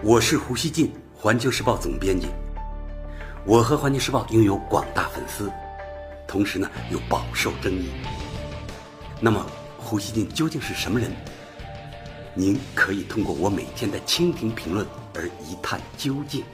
我是胡锡进，环球时报总编辑。我和环球时报拥有广大粉丝，同时呢又饱受争议。那么胡锡进究竟是什么人？您可以通过我每天的蜻蜓评论而一探究竟。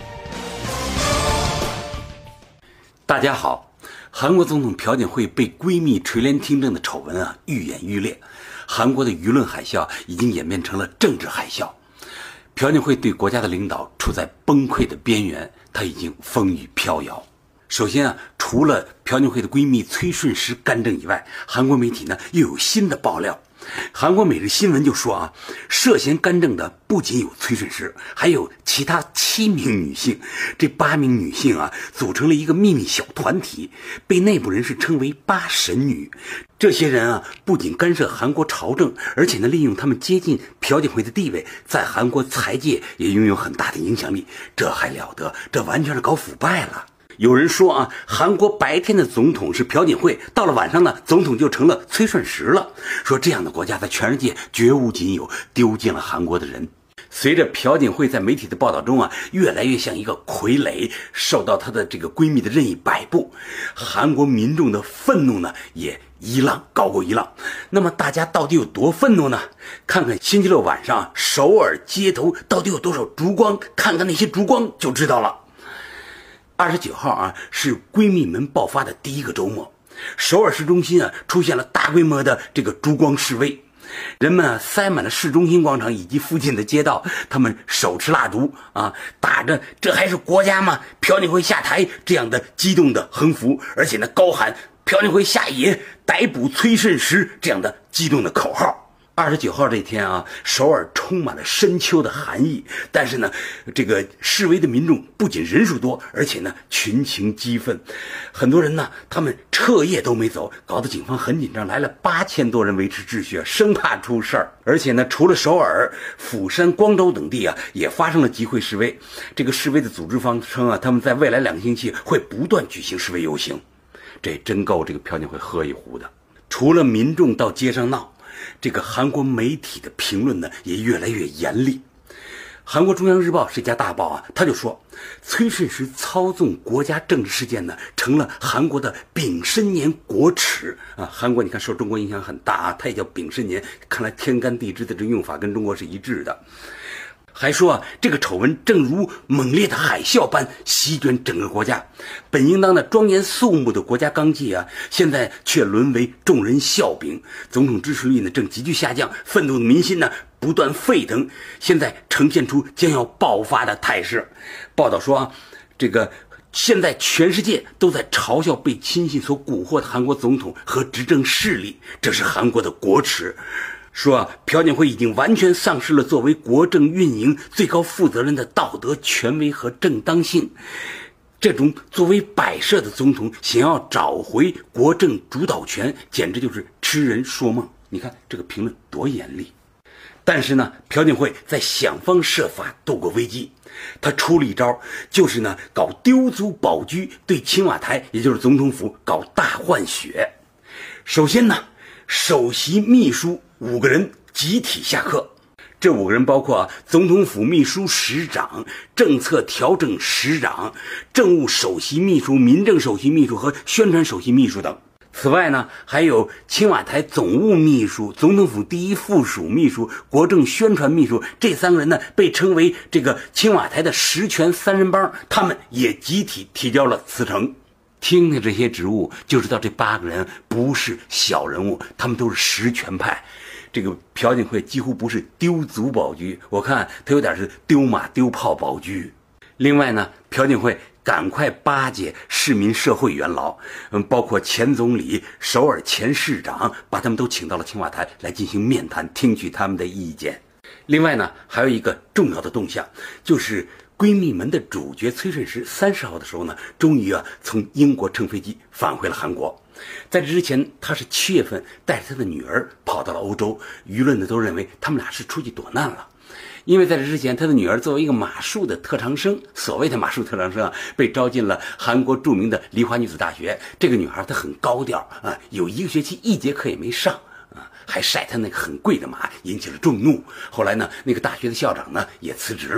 大家好，韩国总统朴槿惠被闺蜜垂帘听政的丑闻愈演愈烈，韩国的舆论海啸已经演变成了政治海啸。朴槿惠对国家的领导处在崩溃的边缘，她已经风雨飘摇。首先除了朴槿惠的闺蜜崔顺实干政以外，韩国媒体呢又有新的爆料。韩国每日新闻就说涉嫌干政的不仅有崔顺实，还有其他7名女性。这8名女性组成了一个秘密小团体，被内部人士称为8神女。这些人不仅干涉韩国朝政，而且呢利用他们接近朴槿惠的地位，在韩国财界也拥有很大的影响力。这还了得？这完全是搞腐败了。有人说韩国白天的总统是朴槿惠，到了晚上呢，总统就成了崔顺实了。说这样的国家在全世界绝无仅有，丢尽了韩国的人。随着朴槿惠在媒体的报道中越来越像一个傀儡，受到她的这个闺蜜的任意摆布，韩国民众的愤怒呢也一浪高过一浪。那么大家到底有多愤怒呢？看看星期六晚上首尔街头到底有多少烛光，看看那些烛光就知道了。29号是闺蜜们爆发的第一个周末，首尔市中心出现了大规模的这个烛光示威，人们塞满了市中心广场以及附近的街道，他们手持蜡烛打着这还是国家吗？朴槿惠下台这样的激动的横幅，而且呢高喊朴槿惠下野，逮捕崔顺实这样的激动的口号。29号这天首尔充满了深秋的寒意，但是呢这个示威的民众不仅人数多，而且呢群情激愤。很多人呢他们彻夜都没走，搞得警方很紧张，来了8000多人维持秩序，生怕出事儿。而且呢除了首尔、釜山、光州等地也发生了集会示威。这个示威的组织方称他们在未来2个星期会不断举行示威游行。这真够这个朴槿惠喝一壶的。除了民众到街上闹，这个韩国媒体的评论呢也越来越严厉。韩国中央日报是一家大报他就说崔顺实操纵国家政治事件呢成了韩国的丙申年国耻韩国你看受中国影响很大它也叫丙申年，看来天干地支的这用法跟中国是一致的。还说这个丑闻正如猛烈的海啸般席卷整个国家，本应当的庄严肃穆的国家纲纪现在却沦为众人笑柄。总统支持率呢正急剧下降，愤怒的民心呢不断沸腾，现在呈现出将要爆发的态势。报道说这个现在全世界都在嘲笑被亲信所蛊惑的韩国总统和执政势力，这是韩国的国耻。说朴槿惠已经完全丧失了作为国政运营最高负责人的道德权威和正当性。这种作为摆设的总统想要找回国政主导权，简直就是痴人说梦。你看这个评论多严厉。但是呢朴槿惠在想方设法度过危机。他出了一招，就是呢搞丢卒保车，对青瓦台也就是总统府搞大换血。首先呢首席秘书5个人集体下课，这5个人包括总统府秘书室长、政策调整室长、政务首席秘书、民政首席秘书和宣传首席秘书等。此外呢还有青瓦台总务秘书、总统府第1附属秘书、国政宣传秘书，这3个人呢被称为这个青瓦台的实权3人帮，他们也集体提交了辞呈。听听这些职务就知道这8个人不是小人物，他们都是实权派。这个朴槿惠几乎不是丢卒保车，我看他有点是丢马丢炮保车。另外呢朴槿惠赶快巴结市民社会元老，包括前总理、首尔前市长，把他们都请到了青瓦台来进行面谈，听取他们的意见。另外呢还有一个重要的动向，就是闺蜜们的主角崔顺实30号的时候呢终于从英国乘飞机返回了韩国。在这之前他是7月份带着他的女儿跑到了欧洲，舆论呢都认为他们俩是出去躲难了。因为在这之前他的女儿作为一个马术的特长生，所谓的马术特长生被招进了韩国著名的梨花女子大学。这个女孩她很高调有1个学期1节课也没上还晒他那个很贵的马，引起了众怒。后来呢那个大学的校长呢也辞职了。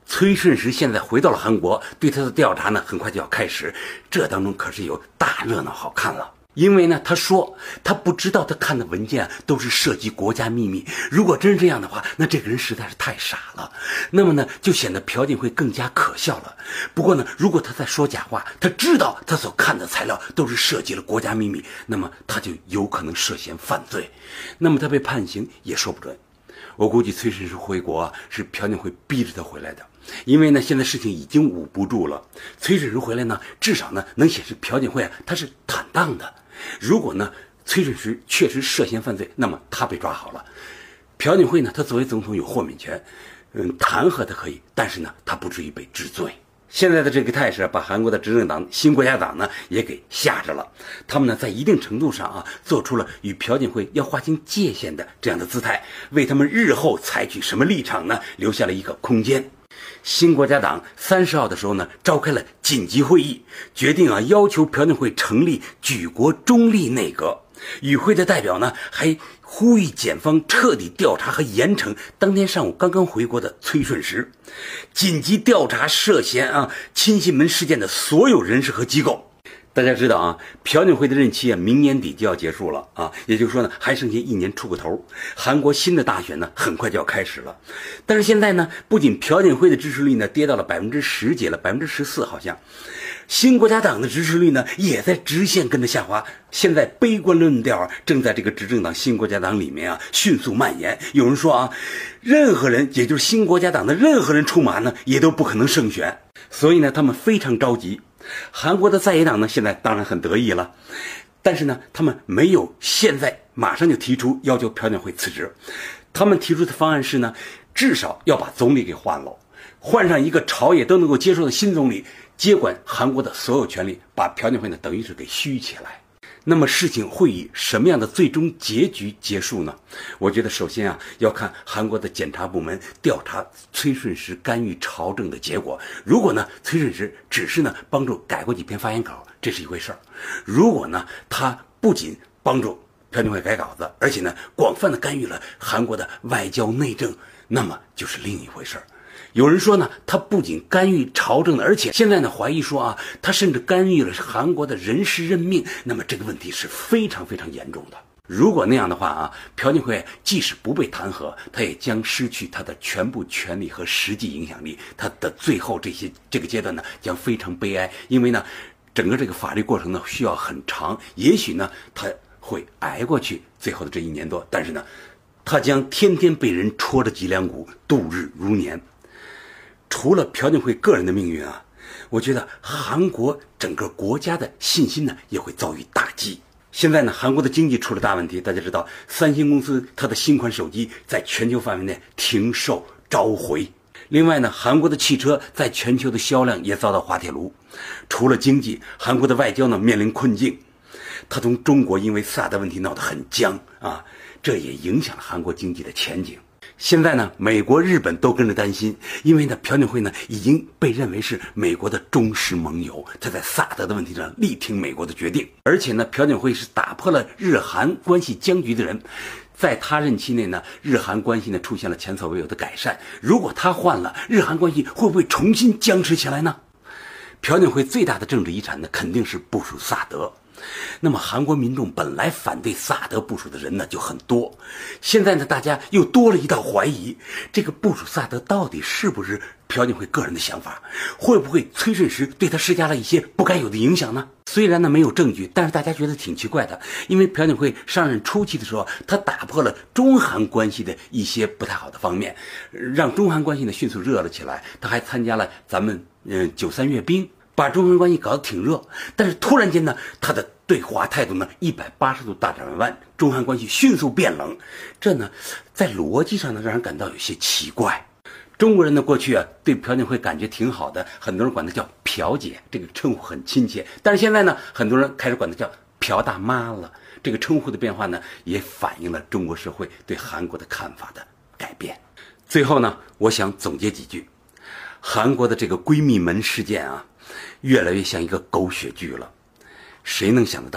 崔顺实现在回到了韩国，对他的调查呢很快就要开始，这当中可是有大热闹好看了。因为呢，他说他不知道他看的文件都是涉及国家秘密，如果真是这样的话，那这个人实在是太傻了。那么呢，就显得朴槿惠更加可笑了。不过呢，如果他在说假话，他知道他所看的材料都是涉及了国家秘密，那么他就有可能涉嫌犯罪，那么他被判刑也说不准。我估计崔顺实回国是朴槿惠逼着他回来的。因为呢，现在事情已经捂不住了。崔顺实回来呢，至少呢能显示朴槿惠他是坦荡的。如果呢崔顺实确实涉嫌犯罪，那么他被抓好了。朴槿惠呢，他作为总统有豁免权，弹劾他可以，但是呢他不至于被治罪。现在的这个态势把韩国的执政党新国家党呢也给吓着了，他们呢在一定程度上做出了与朴槿惠要划清界限的这样的姿态，为他们日后采取什么立场呢留下了一个空间。新国家党30号的时候呢，召开了紧急会议，决定要求朴槿惠成立举国中立内阁。与会的代表呢，还呼吁检方彻底调查和严惩当天上午刚刚回国的崔顺实，紧急调查涉嫌亲信门事件的所有人士和机构。大家知道朴槿惠的任期明年底就要结束了也就是说呢，还剩下1年出个头。韩国新的大选呢，很快就要开始了。但是现在呢，不仅朴槿惠的支持率呢跌到了10%几了，14%好像，新国家党的支持率呢也在直线跟着下滑。现在悲观论调正在这个执政党新国家党里面迅速蔓延。有人说任何人，也就是新国家党的任何人出马呢，也都不可能胜选。所以呢，他们非常着急。韩国的在野党呢，现在当然很得意了，但是呢，他们没有现在马上就提出要求朴槿惠辞职。他们提出的方案是呢，至少要把总理给换了，换上一个朝野都能够接受的新总理，接管韩国的所有权利，把朴槿惠呢等于是给虚起来。那么事情会以什么样的最终结局结束呢？我觉得首先要看韩国的检察部门调查崔顺实干预朝政的结果。如果呢崔顺实只是帮助改过几篇发言稿，这是一回事儿；如果呢他不仅帮助朴槿惠改稿子，而且呢广泛的干预了韩国的外交内政，那么就是另一回事儿。有人说呢，他不仅干预朝政的，而且现在呢怀疑说他甚至干预了韩国的人事任命。那么这个问题是非常非常严重的。如果那样的话朴槿惠即使不被弹劾，他也将失去他的全部权力和实际影响力。他的最后这个阶段呢，将非常悲哀，因为呢，整个这个法律过程呢需要很长，也许呢他会挨过去最后的这1年多，但是呢，他将天天被人戳着脊梁骨，度日如年。除了朴槿惠个人的命运我觉得韩国整个国家的信心呢也会遭遇打击。现在呢，韩国的经济出了大问题，大家知道，三星公司它的新款手机在全球范围内停售召回。另外呢，韩国的汽车在全球的销量也遭到滑铁卢。除了经济，韩国的外交呢面临困境。它同中国因为萨德问题闹得很僵这也影响了韩国经济的前景。现在呢，美国、日本都跟着担心，因为呢，朴槿惠呢已经被认为是美国的忠实盟友，他在萨德的问题上力挺美国的决定。而且呢，朴槿惠是打破了日韩关系僵局的人，在他任期内呢，日韩关系呢出现了前所未有的改善。如果他换了，日韩关系会不会重新僵持起来呢？朴槿惠最大的政治遗产呢，肯定是部署萨德。那么韩国民众本来反对萨德部署的人呢就很多，现在呢大家又多了一道怀疑，这个部署萨德到底是不是朴槿惠个人的想法？会不会崔顺实对他施加了一些不该有的影响呢？虽然呢没有证据，但是大家觉得挺奇怪的，因为朴槿惠上任初期的时候，他打破了中韩关系的一些不太好的方面，让中韩关系呢迅速热了起来。他还参加了咱们93阅兵，把中韩关系搞得挺热。但是突然间呢，他的对华态度呢180度大转弯，中韩关系迅速变冷。这呢在逻辑上呢让人感到有些奇怪。中国人呢过去对朴槿惠感觉挺好的，很多人管她叫朴姐，这个称呼很亲切。但是现在呢，很多人开始管她叫朴大妈了。这个称呼的变化呢，也反映了中国社会对韩国的看法的改变。最后呢，我想总结几句：韩国的这个闺蜜门事件越来越像一个狗血剧了。谁能想得到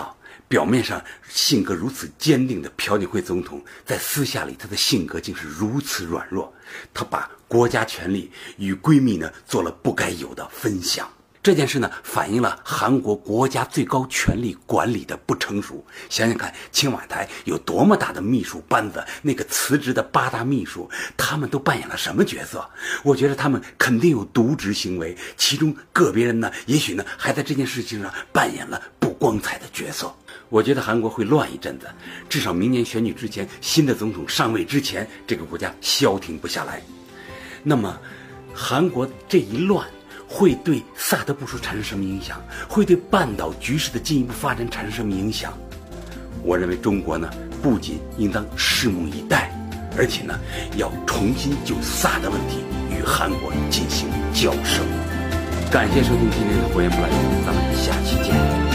表面上性格如此坚定的朴槿惠总统，在私下里他的性格竟是如此软弱，他把国家权力与闺蜜呢做了不该有的分享。这件事呢，反映了韩国国家最高权力管理的不成熟。想想看，青瓦台有多么大的秘书班子，那个辞职的8大秘书，他们都扮演了什么角色？我觉得他们肯定有渎职行为，其中个别人呢，也许呢，还在这件事情上扮演了不光彩的角色。我觉得韩国会乱一阵子，至少明年选举之前，新的总统上位之前，这个国家消停不下来。那么，韩国这一乱，会对萨德部署产生什么影响？会对半岛局势的进一步发展产生什么影响？我认为中国呢，不仅应当拭目以待，而且呢，要重新就萨德问题与韩国进行交涉。感谢收听今天的火焰不来，咱们下期见。